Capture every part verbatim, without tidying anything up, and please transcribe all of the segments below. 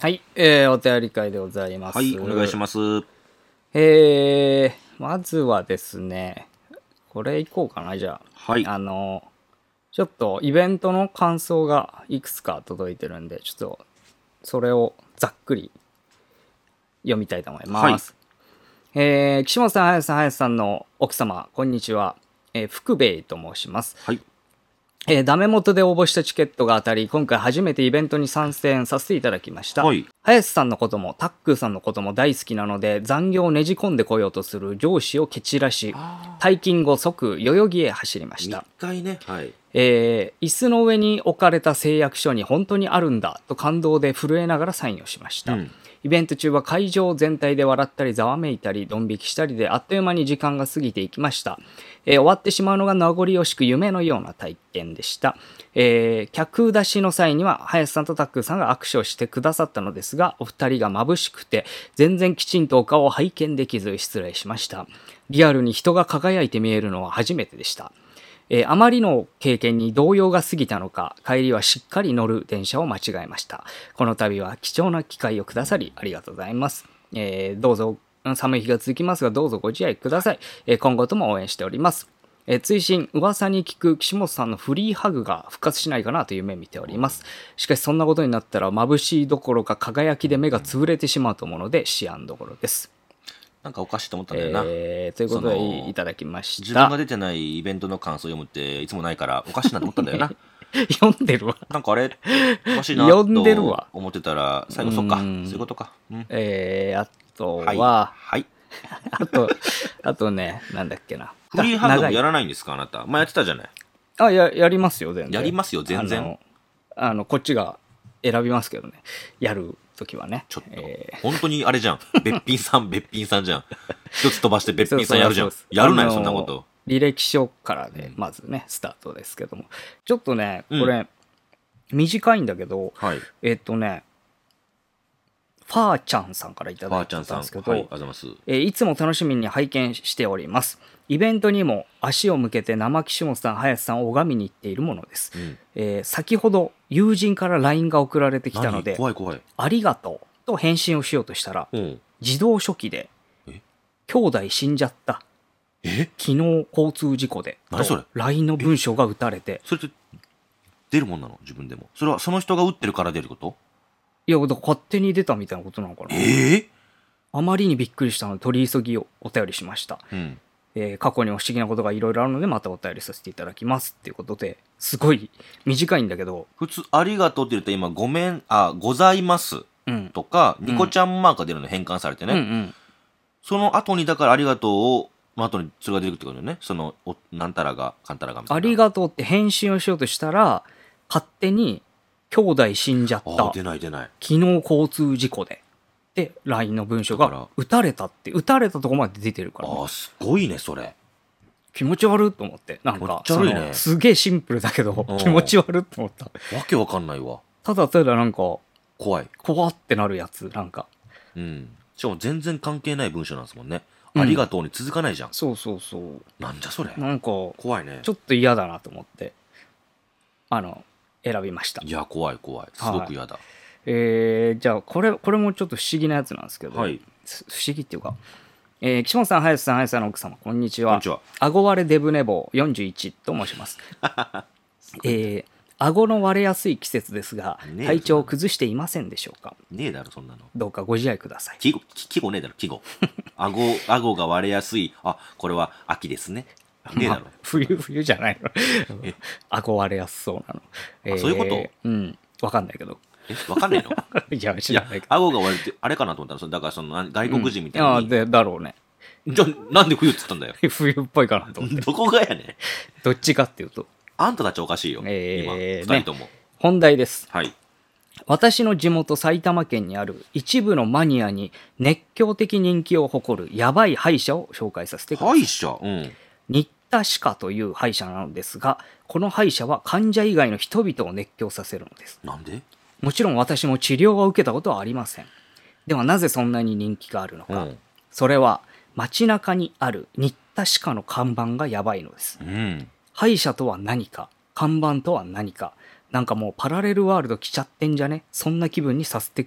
はい、えー、お便り会でございます。 はい、お願いします。 えー、まずはですね、これいこうかな、じゃあ。 はい。 あの、ちょっとイベントの感想がいくつか届いてるんで、ちょっとそれをざっくり読みたいと思います。はい、えー、岸本さん、林さん、林さんの奥様、こんにちは。えー、福兵衛と申します。 はい。 えー、ダメ元で応募したチケットが当たり、今回初めてイベントに参戦させていただきました。はい、林さんのこともタックーさんのことも大好きなので、残業をねじ込んでこようとする上司を蹴散らし、退勤後即代々木へ走りました。 密会ね。はい。 えー、椅子の上に置かれた誓約書に本当にあるんだと感動で震えながらサインをしました。うん、イベント中は会場全体で笑ったりざわめいたりドン引きしたりであっという間に時間が過ぎていきました。えー、終わってしまうのが名残惜しく夢のような体験でした。えー、客出しの際には林さんとタックーさんが握手をしてくださったのですが、お二人が眩しくて全然きちんとお顔を拝見できず失礼しました。リアルに人が輝いて見えるのは初めてでした。えー、あまりの経験に動揺が過ぎたのか、帰りはしっかり乗る電車を間違えました。この度は貴重な機会をくださりありがとうございます。えー、どうぞ寒い日が続きますがどうぞご自愛ください。えー、今後とも応援しております。えー、追伸噂に聞く岸本さんのフリーハグが復活しないかなという夢見ております。しかしそんなことになったら眩しいどころか輝きで目が潰れてしまうと思うので思案どころです。 なんかおかしいと思ったんだよな。 えー、ということでいただきました。 自分が出てないイベントの感想を読むっていつもないからおかしいなと思ったんだよな。 読んでるわ。 なんかあれおかしいなと思ってたら最後そっか、そういうことか。うん、 えー、あとは、はい。 はい、 あと、あとね、なんだっけな。 フリーハグもやらないんですかあなた。前やってたじゃない。 あ、や、やりますよ、全然。 やりますよ、全然。 あの、あのこっちが選びますけどね。やるときはね。 ちょっと、えー、本当にあれじゃん。べっぴんさん、べっぴんさんじゃん。一つ飛ばしてべっぴんさんやるじゃん。そうそうそうやるなよ、そんなこと。 履歴書からで、まずね、スタートですけども。ちょっとね、これ、うん、短いんだけど、はい、えっとね、ファーちゃんさんからいただいたんですけど、はい、えー、いつも楽しみに拝見しております。イベントにも足を向けて生岸本さん、林さんを拝みに行っているものです。うん、えー、先ほど友人から ライン が送られてきたので、 怖い怖いありがとうと返信をしようとしたら、うん、自動書記で、兄弟死んじゃった。 え昨日交通事故で。 何それライン の文章が打たれて。 それって出るもんなの自分でも。それはその人が打ってるから出ること？ いや、勝手に出たみたいなことなのかな。 えー、 あまりにびっくりしたので取り急ぎをお便りしました。うんえー、過去に不思議なことがいろいろあるのでまたお便りさせていただきますっていうことですごい短いんだけど、 普通ありがとうって言うと今ごめんあございますとか、うん、ニコちゃんマークが出るの変換されてね、うんうん、その後にだからありがとうを後にそれが出てくるってことね。そのおなんたらがかんたらがみたいな。 ありがとうって返信をしようとしたら勝手に兄弟死んじゃった。 出ない出ない。 昨日交通事故で。で、ライン の文章が、撃たれたって、撃たれたとこまで出てるから、ね。 ああ、すごいね、それ。 気持ち悪いと思って。なんか、その、すげえシンプルだけど、気持ち悪いと思った。 わけわかんないわ。 ただただなんか、 怖い。 怖ってなるやつ、なんか。 うん。しかも全然関係ない文章なんですもんね。うん、ありがとうに続かないじゃん。 そうそうそう。 なんじゃそれ。 なんか、 怖いね。 ちょっと嫌だなと思って、あの、選びました。 いや、怖い怖い。すごく嫌だ。はい、 えー、じゃあこれ、これもちょっと不思議なやつなんですけど、はい、不思議っていうか、えー、岸本さん、林さん、林さんの奥様、こんにちは。 こんにちは。 顎割れデブネボーよんじゅういちと申します。えー、顎の割れやすい季節ですが、体調を崩していませんでしょうか。 ねえだろ、そんなの。 どうかご自愛ください。 季語、季語ねえだろ、季語。顎、顎が割れやすい。あ、これは秋ですね。ねえだろ。 まあ、冬、冬じゃないの。顎割れやすそうなの。 えー、そういうこと？ うん、わかんないけど。 え、わかんないの？ いや、知らないけど。 顎が割れて、あれかなと思ったら、だからその、外国人みたいな、 うん。ああ、で、だろうね。 じゃなんで冬っつったんだよ。 冬っぽいかなと思って。 どこがやねん。 どっちかっていうと。 あんたたちおかしいよ。えー、今、二人とも、ね。 本題です。 はい。 私の地元埼玉県にある一部のマニアに熱狂的人気を誇るヤバい歯医者を紹介させてください。 歯医者？うん。 新田歯科という歯医者なのですが、この歯医者は患者以外の人々を熱狂させるのです。 なんで？ もちろん私も治療を受けたことはありません。ではなぜそんなに人気があるのか。うん、それは街中にある新田歯科の看板がやばいのです。うん、歯医者とは何か、看板とは何か、なんかもうパラレルワールド来ちゃってんじゃね、そんな気分にさせてくる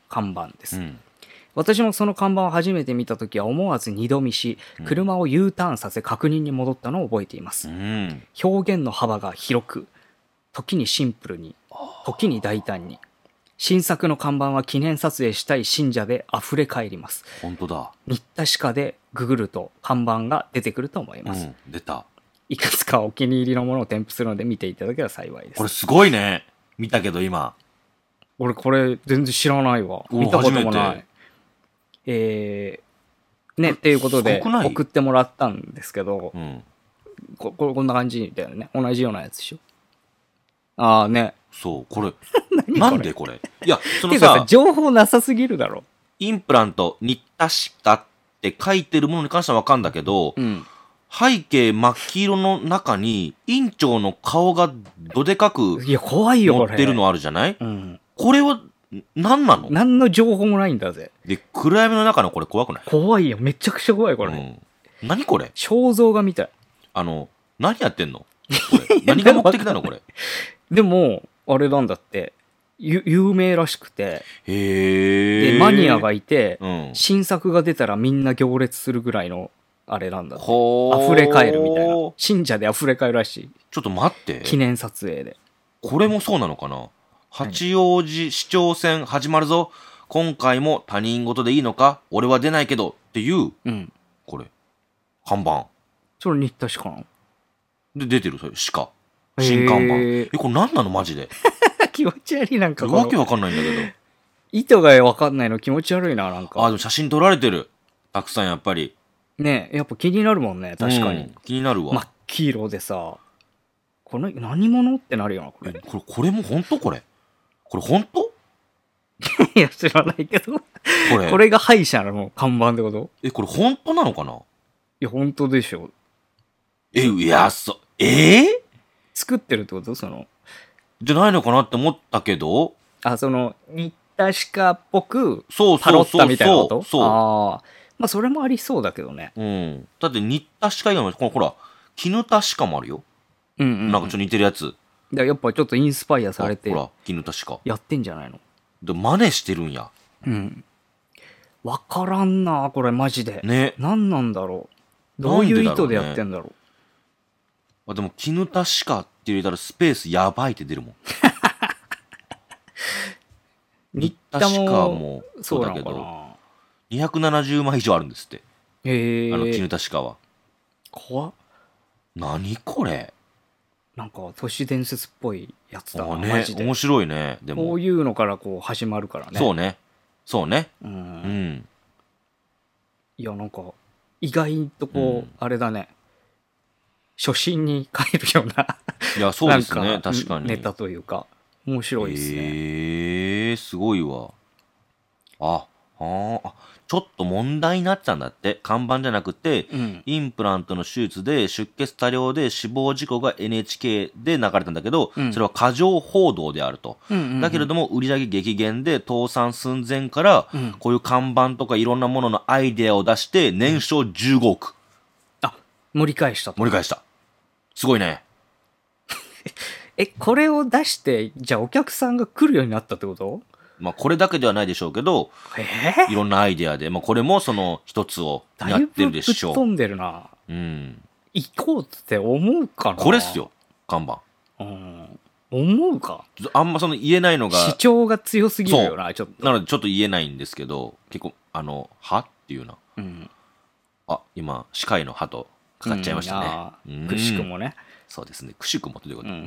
看板です、 うん、 私もその看板を初めて見た時は思わず二度見し、車を U ターンさせ確認に戻ったのを覚えています、うん、表現の幅が広く、時にシンプルに、時に大胆に、新作の看板は記念撮影したい信者で溢れ返ります。 本当だ。 新田歯科でググると看板が出てくると思います、うん、 出た。 いくつかお気に入りのものを添付するので見ていただければ幸いです。 これすごいね。見たけど今俺これ全然知らないわ。見たこともない。えー、ねっていうことで送ってもらったんですけど、うん、こ, こ, こんな感じだよね。同じようなやつでしょ。ああね。 そうこれなんでこれいやその さ, さ情報なさすぎるだろ。 インプラント新田歯科って書いてるものに関しては分かるんだけど、うん、背景真っ黄色の中に院長の顔がどでかく載ってるのあるじゃない。いや怖いよこれ、うん、これは何なの。 何の情報もないんだぜ。 で暗闇の中のこれ怖くない。 怖いよめちゃくちゃ怖いこれ、うん、 何これ。 肖像画みたい。 あの何やってんのこれ何が目的なのこれ。 でもあれなんだって有名らしくて、 へでマニアがいて、うん、新作が出たらみんな行列するぐらいのあれなんだって。溢れ返るみたいな。信者で溢れ返るらしい。 ちょっと待って。 記念撮影で。 これもそうなのかな。八王子市長選始まるぞ。今回も他人事でいいのか。俺は出ないけどっていう、うん、これ看板。 それ新田歯科なので出てるそれ鹿新看板。えこれ何なのマジで。 気持ち悪い。なんかわけわかんないんだけど。 意図がわかんないの気持ち悪いな。なんかあでも写真撮られてるたくさんやっぱりね。やっぱ気になるもんね確かに、うん、 気になるわ。 真っ黄色でさこれ何者ってなるよなこれ。 これこれも本当これこれ本当いや知らないけどこれこれが歯医者の看板ってこと。 えこれ本当なのかな。いや本当でしょ。 えいやそえー、 作ってるってことそのじゃないのかなって思ったけど。 あその新田歯科っぽくパロッタみたいなこと。そうああまあそれもありそうだけどね。 うん。だって新田歯科以外のこのほら絹田歯科もあるよ。うんうん、うん、なんかちょっと似てるやつ。 だやっぱちょっとインスパイアされてほら絹田歯科やってんじゃないの。 で真似してるんや。 うん分からんなこれマジで。 ね何なんだろう。どういう意図でやってんだろう。 あでも絹田歯科って入れたらスペースやばいって出るもん。新田歯科もそうだけどにひゃくななじゅうまい以上あるんですって。 へえ。 あの絹田歯科は。 怖っ。 何これ。 なんか都市伝説っぽいやつだな、 ね、マジで面白いね。でもこういうのからこう始まるからね。 そうねそうね。 うん、うん、 いやなんか意外とこう、うん、あれだね初心に帰るようないやそうですね確かにネタというか面白いですね。 へえー、すごいわ。ああちょっと問題になっちゃうんだって。看板じゃなくて、うん、インプラントの手術で出血多量で死亡事故が エヌエイチケー で流れたんだけど、うん、それは過剰報道であると、うんうんうん、だけれども売上激減で倒産寸前から、うん、こういう看板とかいろんなもののアイデアを出して年商じゅうごおく、 あ盛り返したと。 盛り返したすごいね。 えこれを出してじゃあお客さんが来るようになったってこと。 まあこれだけではないでしょうけど、 えー、 いろんなアイデアで、まあ、これもその一つをやってるでしょう。 だいぶぶっ飛んでるな。 うん。 行こうって思うかな。 これっすよ看板。 うん。思うか。 あんまその言えないのが主張が強すぎるよなちょっと。 なのでちょっと言えないんですけど結構あの歯っていうな。うん。あ今歯科医の歯とかかっちゃいましたね。 うん、くしくもね。 そうですねくしくもということ。うん、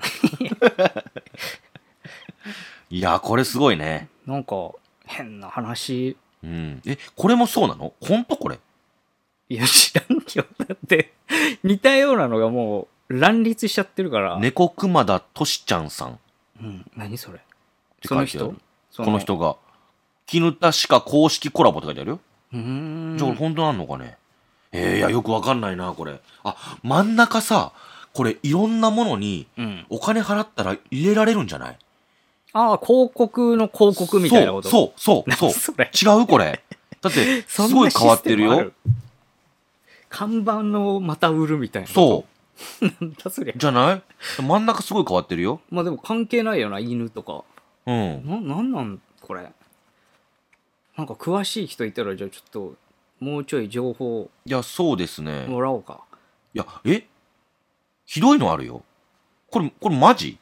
いやこれすごいね。 なんか変な話。 うん、えこれもそうなの本当これ。 いや知らんよだって似たようなのがもう乱立しちゃってるから。 猫熊田としちゃんさん。 うん、何それ。 その人この人が絹田歯科公式コラボって書いてあるよ。 うーんじゃあ本当なんのかね。えー、いやよくわかんないなこれ。あ真ん中さこれいろんなものにお金払ったら入れられるんじゃない。 ああ広告の広告みたいなこと。 そうそうそうそう違うこれ。だってすごい変わってるよ。 看板のまた売るみたいな。 そうなんだそれ。 じゃない真ん中すごい変わってるよ。 まあでも関係ないよな犬とか。 うんななんなんこれ。 なんか詳しい人いたらじゃあちょっともうちょい情報いやそうですね。 もらおうか。 いやえひどいのあるよ。これこれマジ？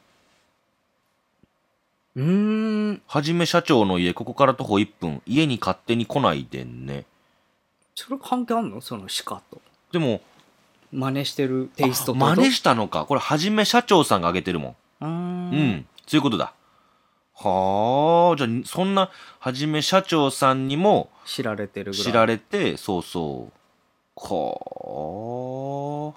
うーん。 はじめ社長の家ここから徒歩いっぷん、家に勝手に来ないでね。 それ関係あんの？その鹿とでも真似してるテイストと。 真似したのか。これはじめ社長さんが挙げてるもん。 うーん。 うん、そういうことだ。はあ、じゃあそんなはじめ社長さんにも知られてるぐらい知られて、そうそう。は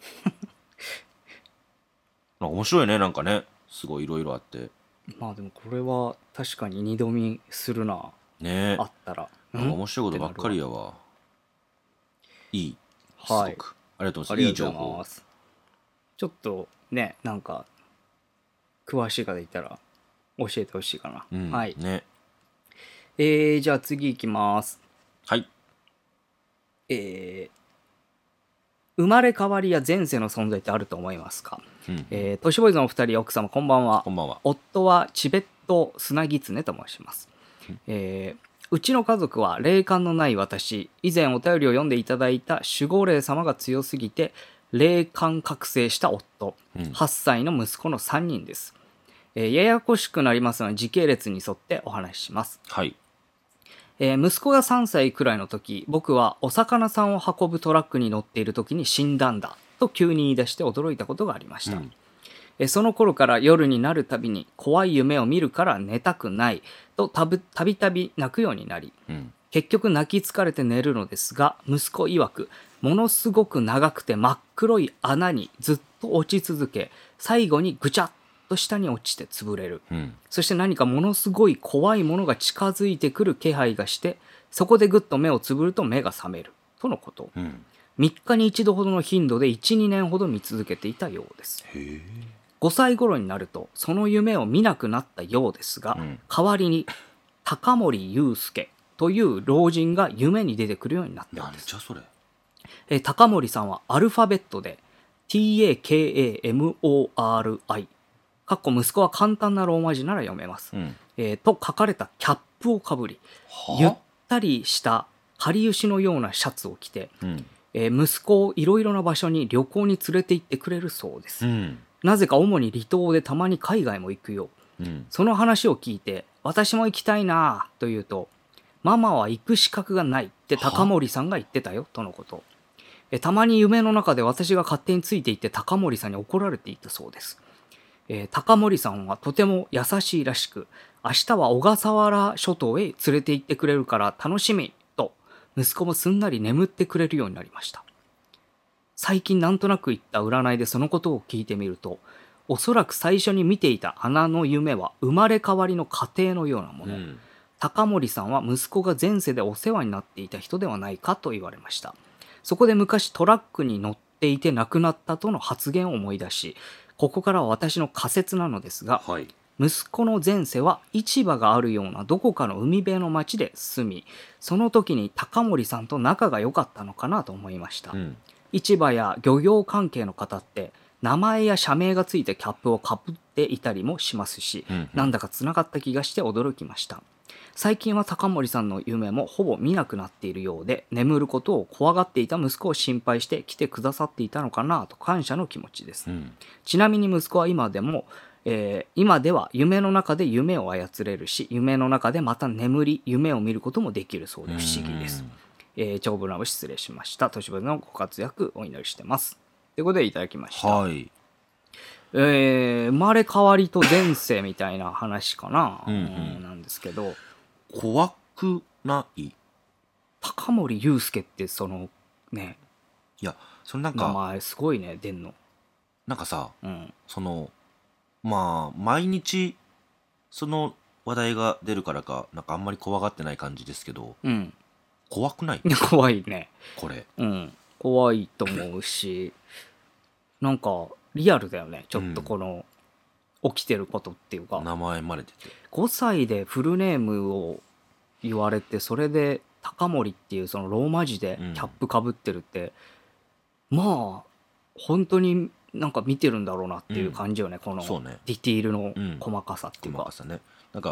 あ。面白いね、なんかね。すごいいろいろあって。 まあでもこれは確かに二度見するな。 ねえ。 あったら。 なんか面白いことばっかりやわ。いい。すごく。 はい。 ありがとうございます。いい情報。 ちょっとね、なんか詳しい方いたら教えてほしいかな。 うん、 はい。 ね。 えー、じゃあ次行きます。 はい。 えー、生まれ変わりや前世の存在ってあると思いますか？うん、えー、都市ボーイズのお二人、奥様こんばんは。 こんばんは。 夫はチベット砂狐と申します。うん、えーうちの家族は霊感のない私、以前お便りを読んでいただいた守護霊様が強すぎて霊感覚醒した夫、うん、はっさいの息子のさんにんです。えー、ややこしくなりますので時系列に沿ってお話しします。 はい。 えー、息子がさんさいくらいの時、僕はお魚さんを運ぶトラックに乗っている時に死んだんだと急に言い出して驚いたことがありました。うん、えー、その頃から夜になるたびに怖い夢を見るから寝たくないとたびたび泣くようになり、うん、結局泣き疲れて寝るのですが、息子曰くものすごく長くて真っ黒い穴にずっと落ち続け、最後にぐちゃっと下に落ちて潰れる、うん、そして何かものすごい怖いものが近づいてくる気配がして、そこでぐっと目をつぶると目が覚めるとのこと、うん、みっかに一度ほどの頻度でいち、にねんほど見続けていたようです。へー。ごさい頃になるとその夢を見なくなったようですが、うん、代わりに高森祐介という老人が夢に出てくるようになったんです。 なんじゃそれ。 え高森さんはアルファベットで ティーエーケーエーエムオーアールアイ かっこ息子は簡単なローマ字なら読めます、うん、えー、と書かれたキャップをかぶり、ゆったりしたかりゆしのようなシャツを着て、うん、えー、息子をいろいろな場所に旅行に連れて行ってくれるそうです、うん、なぜか主に離島でたまに海外も行くよう、うん、その話を聞いて私も行きたいなと言うと、ママは行く資格がないって高森さんが言ってたよとのこと。えたまに夢の中で私が勝手についていって高森さんに怒られていたそうです。えー、高森さんはとても優しいらしく、明日は小笠原諸島へ連れて行ってくれるから楽しみと、息子もすんなり眠ってくれるようになりました。最近なんとなく言った占いでそのことを聞いてみると、おそらく最初に見ていた穴の夢は生まれ変わりの過程のようなもの、うん、高森さんは息子が前世でお世話になっていた人ではないかと言われました。そこで昔トラックに乗っていて亡くなったとの発言を思い出し、ここからは私の仮説なのですが、はい、息子の前世は市場があるようなどこかの海辺の町で住み、その時に高森さんと仲が良かったのかなと思いました、うん、市場や漁業関係の方って名前や社名がついたキャップをかぶっていたりもしますし、うんうん、なんだかつながった気がして驚きました。最近は高森さんの夢もほぼ見なくなっているようで、眠ることを怖がっていた息子を心配して来てくださっていたのかなと感謝の気持ちです、うん、ちなみに息子は今でも、えー、今では夢の中で夢を操れるし、夢の中でまた眠り夢を見ることもできるそうで不思議です、えー、長文ラブ失礼しました。年ぶりのご活躍お祈りしてますということでいただきました。はい。えー、生まれ変わりと前世みたいな話かな、うん、うん、なんですけど、 怖くない？ 高森祐介ってそのね、 いやそのなんか名前すごいね出んの。 なんかさ、うん、そのまあ毎日その話題が出るからかなんかあんまり怖がってない感じですけど、うん、怖くない？ 怖いねこれ。 うん、怖いと思うし、なんかリアルだよねちょっとこの、うん、起きてることっていうか、 名前まで出てごさいでフルネームを言われて、それで高森っていうそのローマ字でキャップかぶってるって、うん、まあ本当になんか見てるんだろうなっていう感じよね、うん、このディティールの細かさっていうか、 うん、細かさね。なんか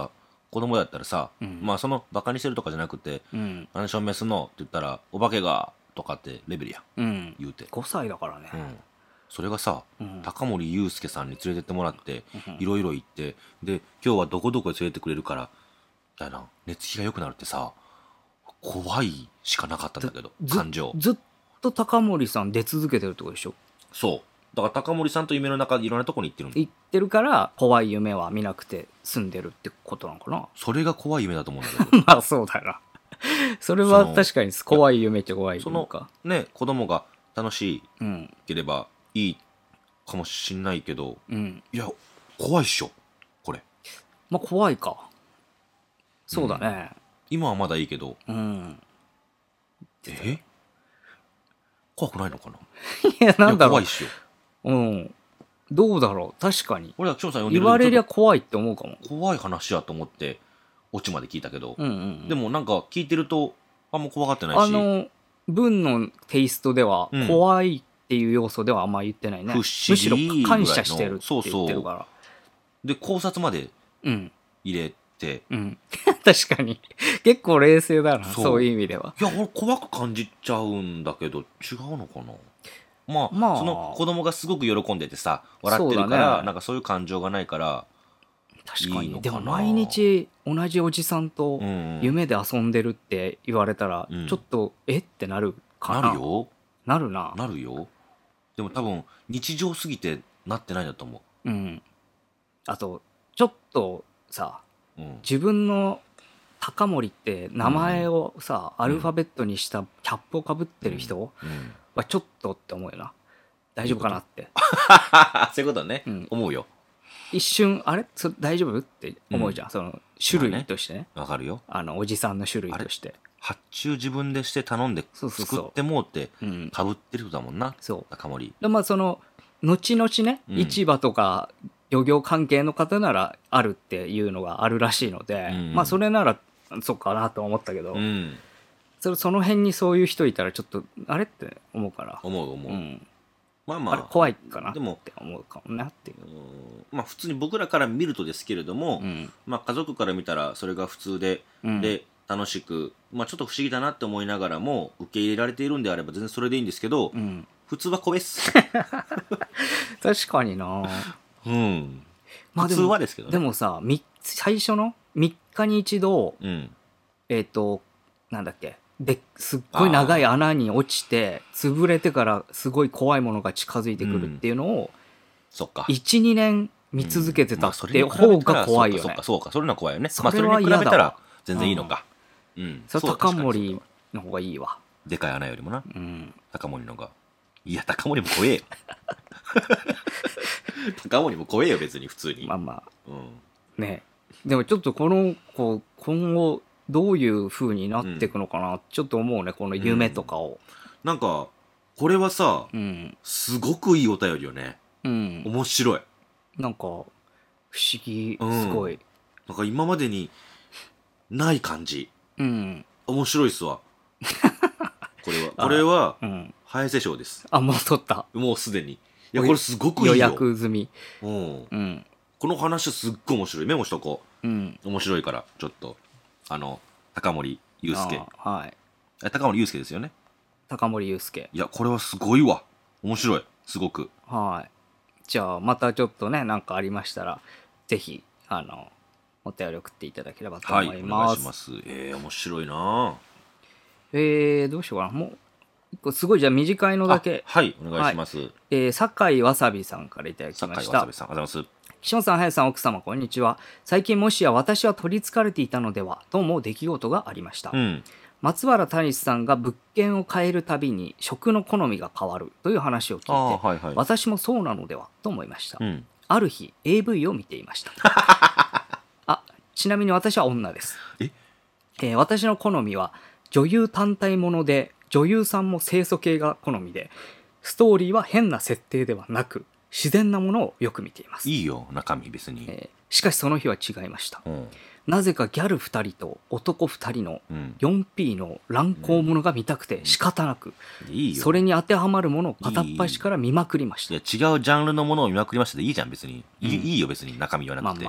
子供だったらさ、 うん、 まあそのバカにしてるとかじゃなくて、 うん、 何しょんめすんのって言ったらお化けがとかってレベルや、 うん、 言うてごさいだからね、 うん、それがさ、 うん、 高森祐介さんに連れてってもらってうん、 いろいろ行ってで今日はどこどこへ連れてってくれるからみたいな寝つきが良くなるってさ怖いしかなかったんだけど感情ずっと高森さん出続けてるってことでしょ。 そうだから高森さんと夢の中でいろんなとこに行ってるの行ってるから怖い夢は見なくて済んでるってことなのかな。 それが怖い夢だと思うんだけどまあそうだよな。それは確かに怖い夢っちゃ怖いそ夢か。 のね子供が楽しうんければいいかもしんないけど、 うん。 いや怖いっしょこれ。 まあ怖いか。そうだね。 今はまだいいけど、 うん。 え怖くないのかな。 いやなんだろう。 いや怖いっしょ。 うん。どうだろう。確かに。 俺は岸本さん呼んでる言われりゃ怖いって思うかも。 怖い話やと思ってオチまで聞いたけど、 うんうんうん、 でもなんか聞いてるとあんま怖がってないし、 あの文のテイストではうん怖いっていう要素ではあんま言ってないね。 不思議むしろ感謝してるって言ってるから。 で考察までうん入れて、 うん、確かに結構冷静だな。 そうそういう意味では。 いや俺怖く感じちゃうんだけど違うのかな。まあ、 まあその子供がすごく喜んでてさ笑ってるから、 そうだね、 なんかそういう感情がないから確かに。 いいのかな。 でも毎日同じおじさんとうん夢で遊んでるって言われたら、 うんちょっとえってなるかな。 なるよなるな。 なるよ。でも多分日常すぎてなってないんだと思うん。あとちょっとさ、 う、うん、 自分の高森って名前をさ、 うん、 アルファベットにしたキャップをかぶってる人うんはちょっとって思うよな。大丈夫かなって。 そういうことね、 うん、 思うよ。 一瞬あれそれ大丈夫って思うじゃん、うん、その種類としてね。 わ、ね、かるよ。 あのおじさんの種類として発注自分でして頼んで作ってもうってかぶってる人だもんな。 そう高森で、まあその後々ね、うん、市場とか漁業関係の方ならあるっていうのがあるらしいので、うん、まあそれならそうかなと思ったけど、うん、それその辺にそういう人いたらちょっとあれって思うから思う思う、うん、まあまああれ怖いかなって思うかもなっていう。 まあ普通に僕らから見るとですけれども、うん、まあ家族から見たらそれが普通で、うん、で楽しく、まあちょっと不思議だなって思いながらも受け入れられているんであれば全然それでいいんですけど、うん、普通は怖いっす。 確かにな。 うん。まあ、普通はですけどね。 でもさ、最初のみっかに一度、 うん、 えっ、ー、となんだっけですっごい長い穴に落ちて潰れてからすごい怖いものが近づいてくるっていうのを、 そっかいちにねん見続けてたって方が怖いよね。 そうかそうかそれの怖いよね。それは嫌だわ。まあ、それに比べたら全然いいのか。 うん、うん、それ高森の方がいいわ。 でかい穴よりもな、 うん、 高森の方がいや高森も怖えよ。高森も怖えよ別に普通に。 まあまあ、うん、ね。でもちょっとこのこう今後どういう風になっていくのかな、うん、ちょっと思うねこの夢とかを、うん、 なんかこれはさ、うん、すごくいいお便りよね、うん、面白い。なんか不思議、すごい、うん、 なんか今までにない感じ、うん、面白いっすわ。これはこれは、うん、早瀬賞です。 あもう取った。 もうすでに。いやこれすごくいいよ。 予約済み。 うん、うん、この話すっごい面白い。メモしとこう、うん、面白いからちょっとあの高森祐介、 はい、 高森祐介ですよね。 高森祐介。 いやこれはすごいわ。面白いすごく。 はい。じゃあまたちょっとね何かありましたらぜひあのお便り送っていただければと思います。はい、お願いします。えー、面白いな。 えー、どうしようかな。もうすごいじゃあ短いのだけ。 はいお願いします。はい、 えー、酒井わさびさんからいただきました。 酒井わさびさんありがとうございます。 岸本さん、林さん、奥様、こんにちは。最近もしや私は取りつかれていたのではと思う出来事がありました。うん、松原谷さんが物件を変えるたびに食の好みが変わるという話を聞いて、はいはい、私もそうなのではと思いました。うん、ある日 エーブイ を見ていました。あ、ちなみに私は女です。 え、 えー、私の好みは女優単体もので、女優さんも清楚系が好みで、ストーリーは変な設定ではなく自然なものをよく見ています。 いいよ中身別に、 えー、しかしその日は違いました。うん、なぜかギャルふたりと男ふたりの よんピー の乱行ものが見たくて仕方なく、うん、いいよ、それに当てはまるものを片っ端から見まくりました。 いや違うジャンルのものを見まくりましたでいいじゃん別に、うん、い, いいよ別に中身はなくて、 まあまあ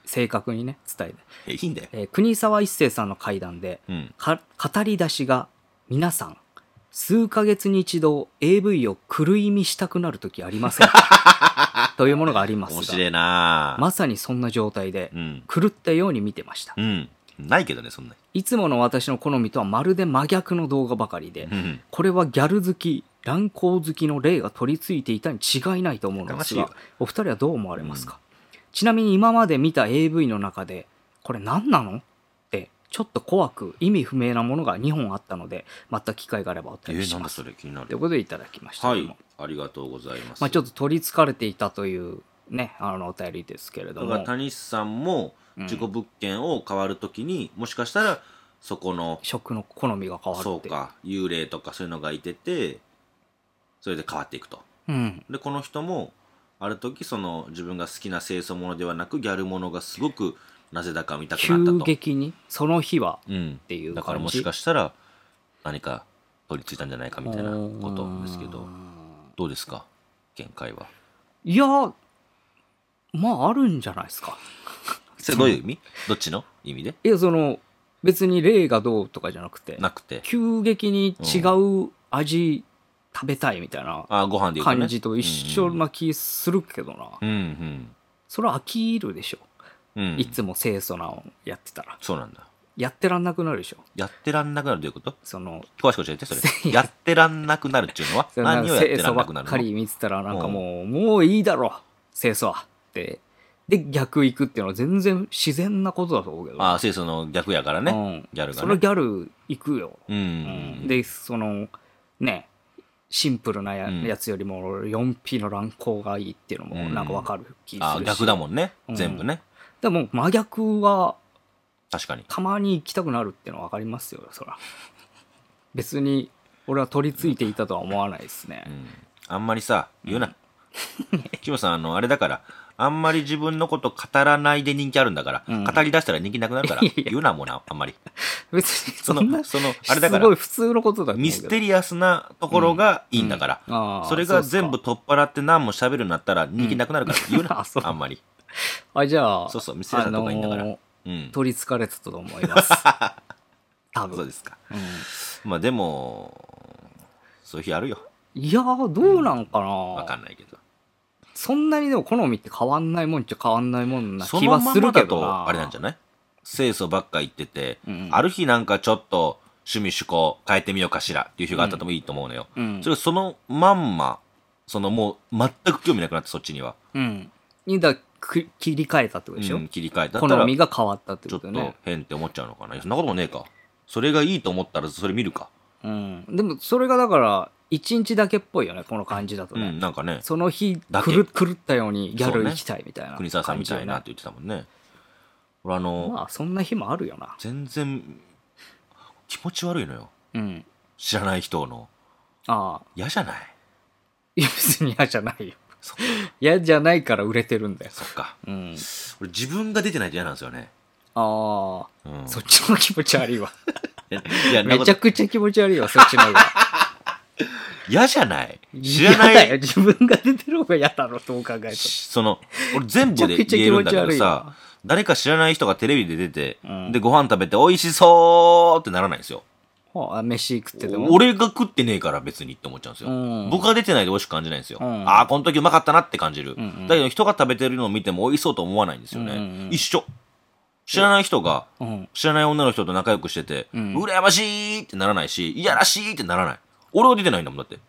正確にね伝えて、 えいいんだよ、 えー国沢一生さんの怪談で、 うん、 か語り出しが皆さん数ヶ月に一度 エーブイ を狂い見したくなる時ありませんかというものがありますが、 面白いなまさにそんな状態でうん狂ったように見てました、 うん、ないけどねそんな、 いつもの私の好みとはまるで真逆の動画ばかりで、 うんこれはギャル好き乱行好きの霊が取り付いていたに違いないと思うのですが、 やかましいわお二人はどう思われますか、ちなみに今まで見た エーブイ の中でこれ何なのってちょっと怖く意味不明なものがにほんあったので、また機会があればおえー、なんだ便りします、 それ気になるということでいただきましたはいけども、 ありがとうございます、 まあ、ちょっと取りつかれていたというねあのお便りですけれども、 だから谷さんも事故物件を変わるときに、もしかしたらそこの食の好みが変わるっていうそうか幽霊とかそういうのがいててそれで変わっていくと、 うん、 でこの人もある時その自分が好きな清楚ものではなくギャルものがすごくなぜだか見たくなった急と、 激にその日はうん、 っていう感じだからもしかしたら何か取り付いたんじゃないかみたいなことですけど、どうですか見解は。 いやまああるんじゃないですかそれどういう意味どっちの意味でいやその別に霊がどうとかじゃなくてなくて急激に違う味食べたいみたいなあご飯で言うとね感じと一緒な気するけどな、 うんうんそれは飽きるでしょ、 うん、うん、 いつも清楚なのやってたらそうなんだ。 やってらんなくなるでしょ、 やってらんなくなるどういうことその詳しく教えてそれやってらんなくなるっていうのはその何をやって清楚ばらんなくなるのっかり見てたらなんかもう、もういいだろ清楚はってで逆行くっていうのは全然自然なことだと思うけど、 ああ清楚の逆やからね、 うん、 ギャルがねそれはギャル行くよ、 うん、 うんでそのねシンプルなや,、 うんやつよりも よんピー の乱行がいいっていうのもなんかわかる気するし、 ああ逆だもんね、 うん全部ねでも真逆は確かにたまに行きたくなるっていうのは分かりますよそら別に俺は取り付いていたとは思わないですね、 うんあんまりさ言うな、キムさんあのあれだからあんまり自分のこと語らないで人気あるんだから、 うん語り出したら人気なくなるからいやいや言うなもうなあんまり別にそそんなのそのあれだからすごい普通のことだと思うけどミステリアスなところがいいんだから、 うんあーそれが全部取っ払って何も喋るようになったら人気なくなるから言うな、 あそうあんまりあじゃあそうそうミステリアスなとこがいいんだから、 あのーうん取りつかれてたと思います多分そうですかうんまあでもそういう日あるよいやーどうなんかな、 わかんないけどそんなにでも好みって変わんないもんっちゃ変わんないもんなそ気はすのまんまだるけどなとあれなんじゃない清楚ばっか言ってて、 うんある日なんかちょっと趣味趣向変えてみようかしらっていう日があったともいいと思うのよ、 うんそれそのまんまそのもう全く興味なくなってそっちには、 うんにだく切り替えたってことでしょ、 うん、切り替えたったら好みが変わったってちょっことよねと変って思っちゃうのかな。いやそんなこともねえか。それがいいと思ったらそれ見るか。 うん、でもそれがだから一日だけっぽいよねこの感じだとね、 うん、なんかね、 その日だけ狂狂ったようにギャそうねル行きたいみたいな国沢さんみたいなって感言ってたもんね。俺あの、 まあそんな日もあるよな全然気持ち悪いのよ。 うん知らない人の。 ああ嫌じゃないいや別に嫌じゃないよそっか。 嫌じゃないから売れてるんだよそっか。 うん俺自分が出てないと嫌なんですよね。 ああ、 うん、 そっちの気持ち悪いわいや、 めちゃくちゃ気持ち悪いわそっちの方が嫌じゃない知らな嫌だよい。 自分が出てる方が嫌だろどう考えてもその、俺全部でめちゃくちゃ言えるんだけど気持ち悪いわさ、誰か知らない人がテレビで出て、 うんで、ご飯食べて美味しそうってならないんですよ。 はあ飯食ってても俺が食ってねえから別にって思っちゃうんですよ。 うん僕が出てないで美味しく感じないんですよ。 うんああ、この時うまかったなって感じる。 うんうんだけど人が食べてるのを見ても美味しそうと思わないんですよね。 うんうんうん一緒。知らない人が、 うん知らない女の人と仲良くしてて、 うん羨ましいってならないし、いやらしいってならない。俺は出てないんだもん、だって。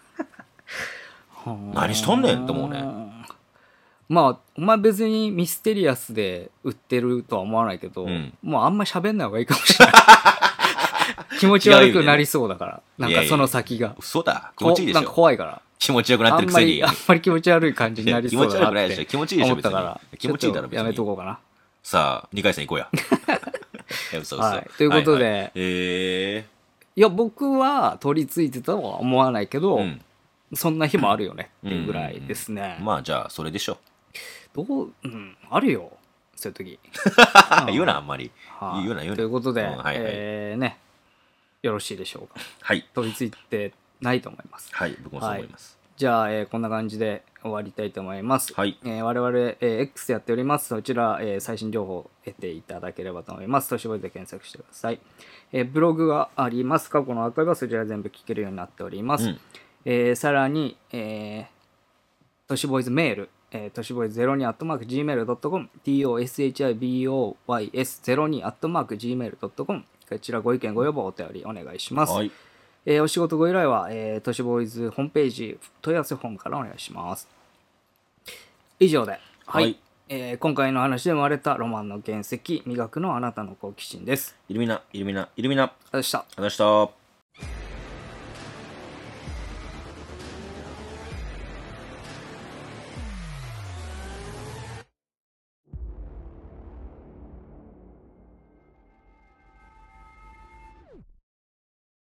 何しとんねんって思うね。 まあお前別にミステリアスで売ってるとは思わないけど、 うんもうあんまり喋んない方がいいかもしれない気持ち悪くなりそうだからなんかその先が嘘だ。気持ちいいでしこなんかょ。 怖いから気持ちよくなってるくせにあんまりあん。まり気持ち悪い感じになりそうだいや気持ち悪くないでしょなって気持ちいいでしょ思ったから別に気持ちいいだろ別にちょっとやめとこうかなさあ、にかい戦行こうや。いや嘘嘘はいということではいはいえいや僕は取り付いてたとは思わないけど、 ーうん。 そんな日もあるよねっていうぐらいですね、 まあじゃあ、それでしょ。 どう、うん、あるよそういう時言うな、あんまり。 はい言うな、言うな。 ということで、 うんはいはいえーねよろしいでしょうかはい。 取り付いてないと思いますはい、僕もそう思います。 じゃあ、えーこんな感じで終わりたいと思います。 はい。 えー我々、えー X やっております。そちら、えー最新情報を得ていただければと思います。都市ボーイズで検索してください。えーブログがあります。過去のアーカイブはそちら全部聞けるようになっております。 うんえーさらに、えー都市ボーイズメール、えー、都市ボーイズゼロにアットマーク ジーメールドットコム、トシボーイズゼロにアットマーク ジーメールドットコム、こちらご意見ご要望お便りお願いします。 はい。 えーお仕事ご依頼は、えー、都市ボーイズホームページ問い合わせフォームからお願いします。以上で、はい、 はいえー今回の話で生まれたロマンの原石、磨くのあなたの好奇心です。 イルミナ、イルミナ、イルミナ。ありがとうありがとうございました。 ございました。